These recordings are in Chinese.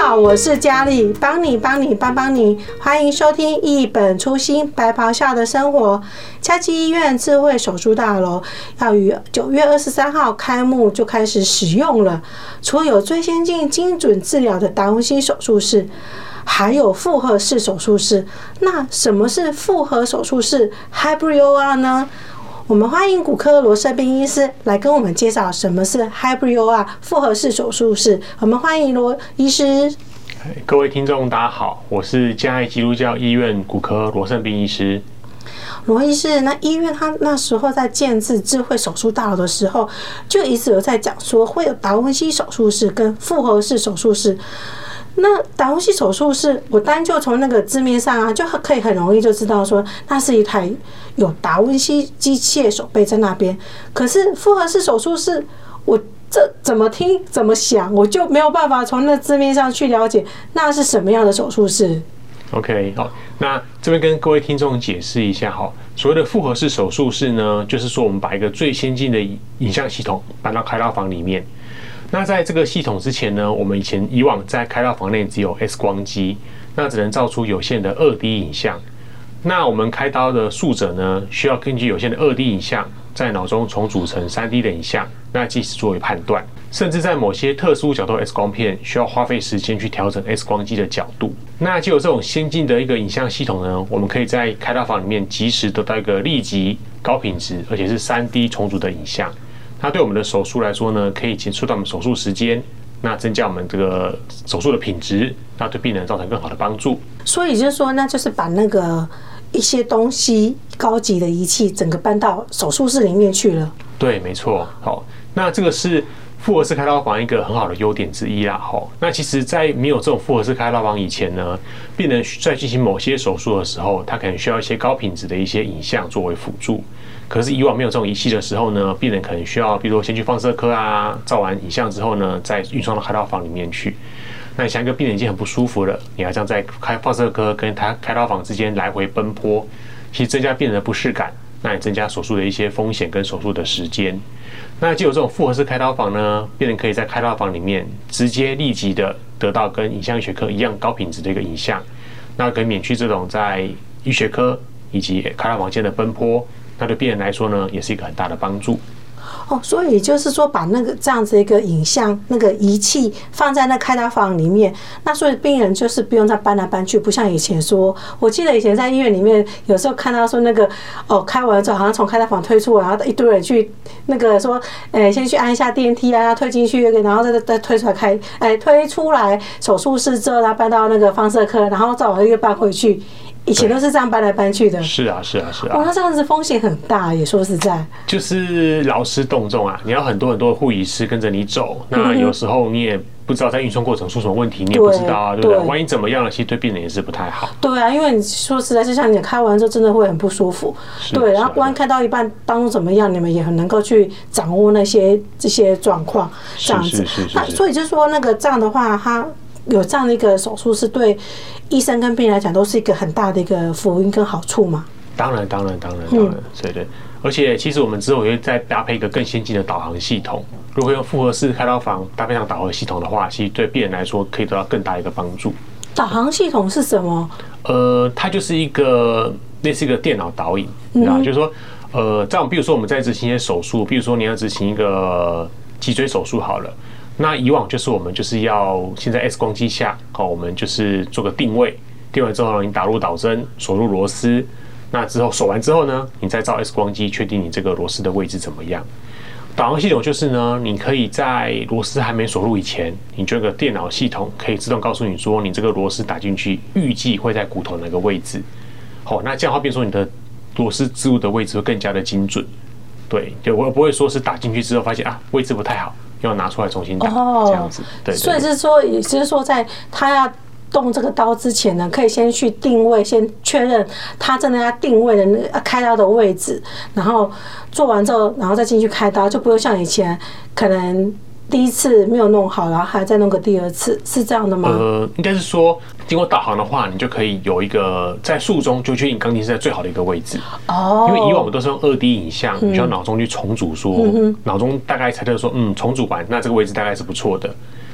好，我是佳丽，帮你帮你，欢迎收听一本初心白袍下的生活。嘉基医院智慧手术大楼要于9月23号开幕就开始使用了，除了有最先进精准治疗的达文西手术室，还有复合式手术室。那什么是复合手术室 Hybrid OR 呢？我们欢迎骨科罗胜斌医师来跟我们介绍什么是 Hybrid OR 复合式手术室。我们欢迎罗医师。 各位听众大家好，我是嘉爱基督教医院骨科罗胜斌医师。 罗医师，那医院他那时候在建制智慧手术大楼的时候，就一直有在讲说会有达文西手术室跟复合式手术室。那达文西手术室，我单就从那个字面上啊，就可以很容易就知道说，那是一台有达文西机械手背在那边。可是复合式手术室，我这怎么听怎么想，我就没有办法从那字面上去了解那是什么样的手术室。 OK， 好，那这边跟各位听众解释一下哈，所谓的复合式手术室呢，就是说我们把一个最先进的影像系统搬到开刀房里面。那在这个系统之前呢，我们以往在开刀房内只有 X 光机，那只能照出有限的2D 影像。那我们开刀的术者呢，需要根据有限的2D 影像，在脑中重组成3D 的影像，那即时作为判断。甚至在某些特殊角度 X 光片，需要花费时间去调整 X 光机的角度。那就有这种先进的一个影像系统呢，我们可以在开刀房里面及时得到一个立即、高品质，而且是3D 重组的影像。它对我们的手术来说呢，可以减缩到我们手术时间，那增加我们这个手术的品质，那对病人造成更好的帮助。 所以就是说，那就是把那个一些东西高级的仪器整个搬到手术室里面去了。对， 没错。好，那这个是复合式开刀房一个很好的优点之一啦。那其实，在没有这种复合式开刀房以前呢，病人在进行某些手术的时候，他可能需要一些高品质的一些影像作为辅助。可是以往没有这种仪器的时候呢，病人可能需要，比如说先去放射科啊，照完影像之后呢，再运送到开刀房里面去。那你像一个病人已经很不舒服了，你还这样在放射科跟他开刀房之间来回奔波，其实增加病人的不适感，那也增加手术的一些风险跟手术的时间。那既有这种复合式开刀房呢，病人可以在开刀房里面直接立即的得到跟影像医学科一样高品质的一个影像，那可以免去这种在医学科以及开刀房间的奔波。那对病人来说呢，也是一个很大的帮助。 所以就是说，把那个这样子一个影像那个仪器放在那开刀房里面，那所以病人就是不用再搬来搬去，不像以前说，我记得以前在医院里面有时候看到说那个开完之后好像从开刀房推出来，然后一堆人去那个说，先去按一下电梯啊，推进去，然后再推出来推出来手术室之后，然后搬到那个放射科，然后再往一个搬回去。以前都是这样搬来搬去的。 是啊。 那这样子风险很大，也说实在。 就是劳师动众啊，你要很多的护理师跟着你走，那有时候你也不知道在运送过程出什么问题，你也不知道啊，对不对？万一怎么样了，其实对病人也是不太好。 对啊，因为你说实在是像你开完之后真的会很不舒服。对，然后万一开到一半当中怎么样，你们也很能够去掌握这些状况，这样子。那所以就是说，那个这样的话，它有这样的一个手术，是对医生跟病人来讲都是一个很大的一个福音跟好处嘛。当然， 对。而且其实我们之后也会再搭配一个更先进的导航系统。如果用复合式开刀房搭配上导航系统的话，其实对病人来说可以得到更大的一个帮助。 导航系统是什么？ 它就是一个类似一个电脑导引，就是说，这样，比如说我们在执行一些手术，比如说你要执行一个脊椎手术好了。那以往就是我们就是要先在 X 光机下，我们就是做个定位，定位之后呢，你打入导针，锁入螺丝，那之后锁完之后呢，你再照 X 光机确定你这个螺丝的位置怎么样。导航系统就是呢，你可以在螺丝还没锁入以前，你这个电脑系统可以自动告诉你说，你这个螺丝打进去预计会在骨头哪个位置。那这样的话变成说你的螺丝置入的位置会更加的精准。对，我不会说是打进去之后发现位置不太好，要拿出来重新打，这样子。对。 所以是说，也就是说，在他要动这个刀之前呢，可以先去定位，先确认他真的要定位的那个开刀的位置，然后做完之后，然后再进去开刀，就不用像以前可能第一次没有弄好，然后还再弄个第二次，是这样的吗？ 应该是说，经过导航的话，你就可以有一个在术中就确定钢筋是在最好的一个位置。因为以往我们都是用2D 影像，你需要脑中去重组说，脑中大概猜测说，重组完，那这个位置大概是不错的。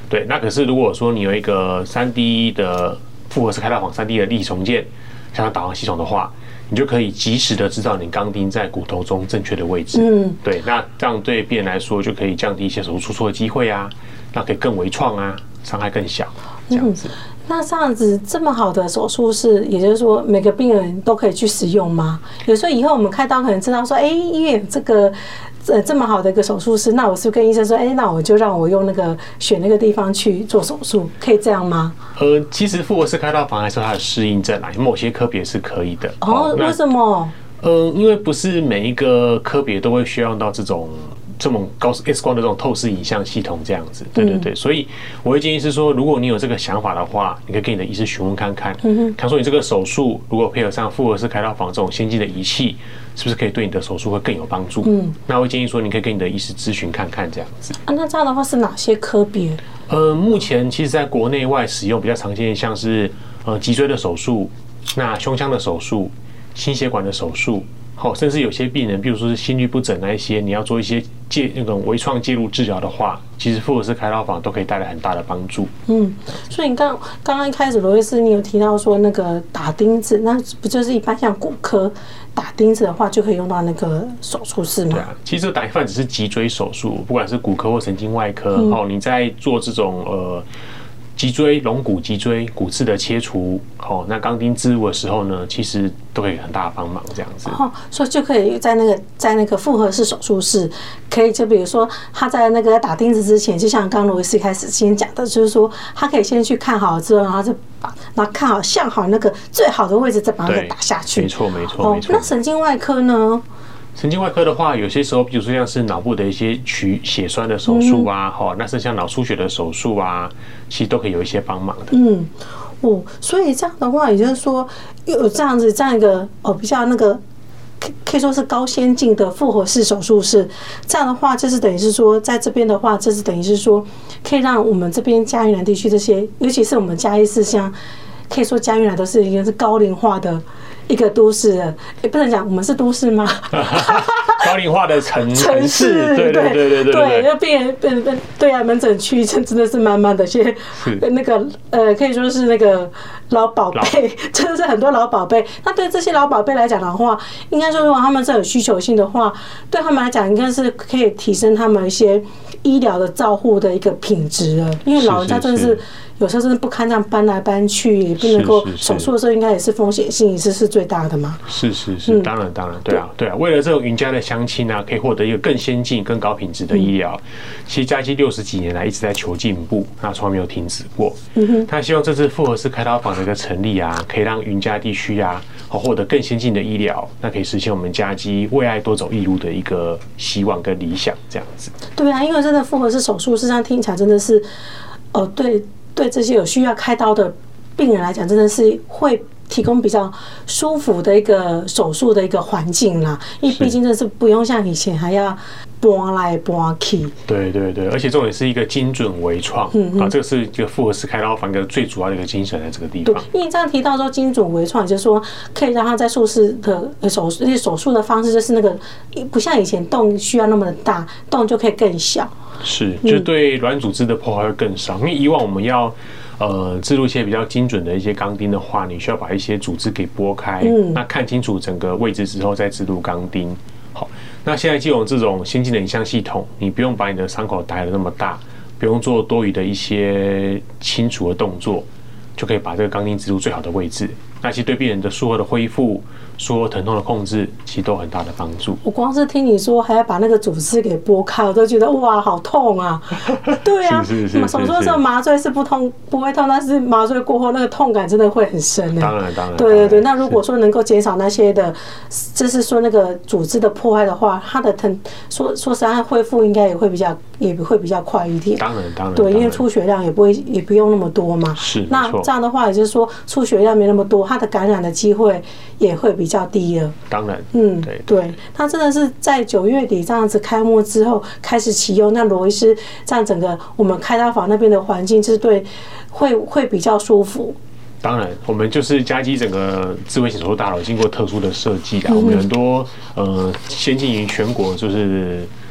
对，那可是如果说你有一个3D 的复合式开刀房3D 的立体重建，像导航系统的话，你就可以及时的知道你钢钉在骨头中正确的位置。对，那这样对病人来说就可以降低一些手术出错的机会啊，那可以更微创啊，伤害更小，这样子。 那这样子这么好的手术室，也就是说每个病人都可以去使用吗？有时候以后我们开刀可能知道说，医院这么好的一个手术室，那我是跟医生说，那我就让我用选那个地方去做手术，可以这样吗？ 其实复合式开刀房还是有它的适应症啦，某些科别是可以的。 为什么？ 因为不是每一个科别都会需要到这种高 X 光的这种透视影像系统这样子，对，所以我会建议是说，如果你有这个想法的话，你可以跟你的医师询问看看，看说你这个手术如果配合上复合式开刀房这种先进的仪器，是不是可以对你的手术会更有帮助？那我会建议说，你可以跟你的医师咨询看看这样子。 那这样的话是哪些科别？ 目前其实在国内外使用比较常见的，像是脊椎的手术、那胸腔的手术、心血管的手术。甚至有些病人，比如说是心律不整那一些，你要做一些那种微创介入治疗的话，其实复合式开刀房都可以带来很大的帮助。 所以你刚刚一开始罗医师你有提到说那个打钉子，那不就是一般像骨科打钉子的话就可以用到那个手术室吗？ 对啊，其实打一般只是脊椎手术，不管是骨科或神经外科，你在做这种脊椎、龙骨脊椎骨刺的切除，那钢钉置入的时候呢，其实都可以很大的帮忙，这样子。 所以就可以在那个复合式手术室，可以就比如说他在那个打钉子之前，就像刚罗医师开始先讲的，就是说他可以先去看好之后，然后看好像好那个最好的位置，再把那个打下去。 没错。 那神经外科呢？ 神经外科的话，有些时候，比如说像是脑部的一些取血栓的手术啊，那是像脑出血的手术啊，其实都可以有一些帮忙的。 所以这样的话，也就是说，有这样一个比较可以说是高先进的复合式手术室。这样的话，就是等于是说，在这边的话，就是等于是说，可以让我们这边嘉义南地区这些，尤其是我们嘉义市，像可以说嘉义南都是已经是高龄化的一个都市了，也不能讲我们是都市吗？ 高龄化的城市，对， 就变对啊，门诊区真的是满满的些可以说是那个老宝贝，真的是很多老宝贝。那对这些老宝贝来讲的话，应该说如果他们是有需求性的话，对他们来讲应该是可以提升他们一些医疗的照护的一个品质了，因为老人家真的是。有时候真的不堪这样搬来搬去，也不能够手术的时候，应该也是风险性也是最大的嘛。是， 当然，对啊。为了这种云家的乡亲啊，可以获得一个更先进、更高品质的医疗，其实嘉义60几年来一直在求进步，那从来没有停止过。他希望这次复合式开刀房的一个成立啊，可以让云嘉地区啊，获得更先进的医疗，那可以实现我们嘉义为爱多走一路的一个希望跟理想，这样子。 对啊，因为真的复合式手术，事实上听起来真的是，对这些有需要开刀的病人来讲，真的是会提供比较舒服的一个手术的一个环境啦。因为毕竟这是不用像以前还要搬来搬去。 对，而且重点是一个精准微创这个是一个复合式开刀房的最主要的一个精神在这个地方。 因为这样提到说精准微创，就是说可以让他在术式的手术的方式，就是那个不像以前洞需要那么的大，洞就可以更小。 就对软组织的破坏会更少，因为以往我们要置入一些比较精准的一些钢钉的话，你需要把一些组织给拨开，那看清楚整个位置之后再置入钢钉。好，那现在就有这种先进的影像系统，你不用把你的伤口打得那么大，不用做多余的一些清除的动作，就可以把这个钢钉植入最好的位置。那其实对病人的术后的恢复、术后疼痛的控制，其实都有很大的帮助。 我光是听你说还要把那个组织给拨开，我都觉得哇，好痛啊！对啊，手术的时候麻醉是不会痛，但是麻醉过后那个痛感真的会很深。 当然。 对。那如果说能够减少那些的，就是说那个组织的破坏的话，它的说实在恢复应该也会比较快一点。 当然。 对，因为出血量也不用那么多嘛。那这样的话，也就是说出血量没那么多，它的感染的机会也会比较低了。 当然， 对，它真的是在9月底这样子开幕之后开始启用。那罗医师这样整个我们开刀房那边的环境，就是对会比较舒服。 当然，我们就是嘉基整个智慧型手术大楼经过特殊的设计我们很多先进于全国就是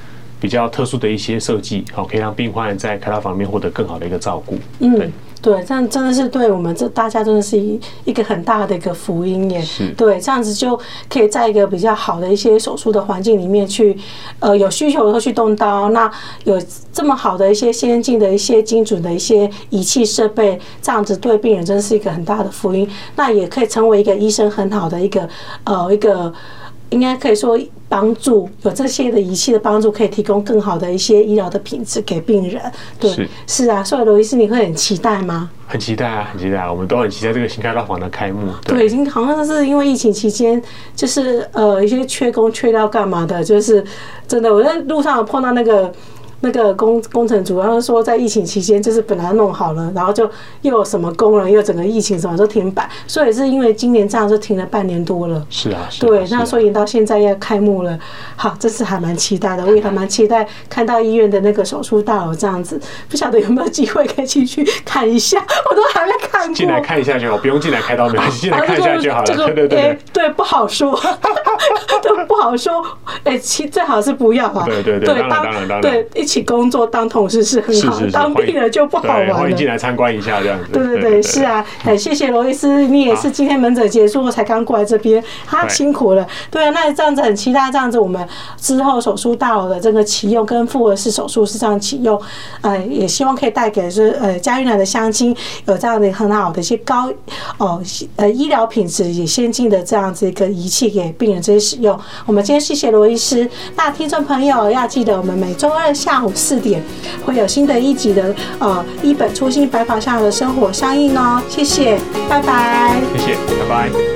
比较特殊的一些设计，好，可以让病患在开刀房里面获得更好的一个照顾。 对，这样真的是对我们大家真的是一个很大的一个福音耶。对，这样子就可以在一个比较好的一些手术的环境里面去，有需求的时候去动刀，那有这么好的一些先进的一些精准的一些仪器设备，这样子对病人真是一个很大的福音。那也可以成为一个医生很好的一个应该可以说帮助，有这些的仪器的帮助，可以提供更好的一些医疗的品质给病人。对，是啊，所以罗医师，你会很期待吗？ 很期待啊，很期待啊！我们都很期待这个新开刀房的开幕。 对，已经好像是因为疫情期间，就是一些缺工缺料干嘛的，就是真的，我在路上有碰到那个工程组，然后说在疫情期间就是本来弄好了，然后就又有什么工人，又整个疫情什么都停摆，所以是因为今年这样就停了半年多了。 是啊， 对，那所以到现在要开幕了，好，这次还蛮期待的，我也还蛮期待看到医院的那个手术大楼这样子，不晓得有没有机会可以进去看一下，我都还没看过。 进来看一下就好，不用进来开刀没关系，进来看一下就好了。 对，不好说，都不好说，最好是不要啊。 对，当然， 对，一起工作当同事是很好，当病人就不好玩了。 欢迎进来参观一下这样子。 对，是啊，谢谢罗医师，你也是今天门诊结束后才刚过来这边，辛苦了。对啊，那这样子很期待，这样子我们之后手术大楼的这个启用跟复合式手术室这样启用，也希望可以带给嘉裕南的乡亲有这样的很好的一些医疗品质也先进的这样子一个仪器给病人这些使用。我们今天谢谢罗医师，那听众朋友要记得我们每周二下午4点会有新的一集的一本初心白袍下的生活上映哦。谢谢，拜拜。 谢谢，拜拜。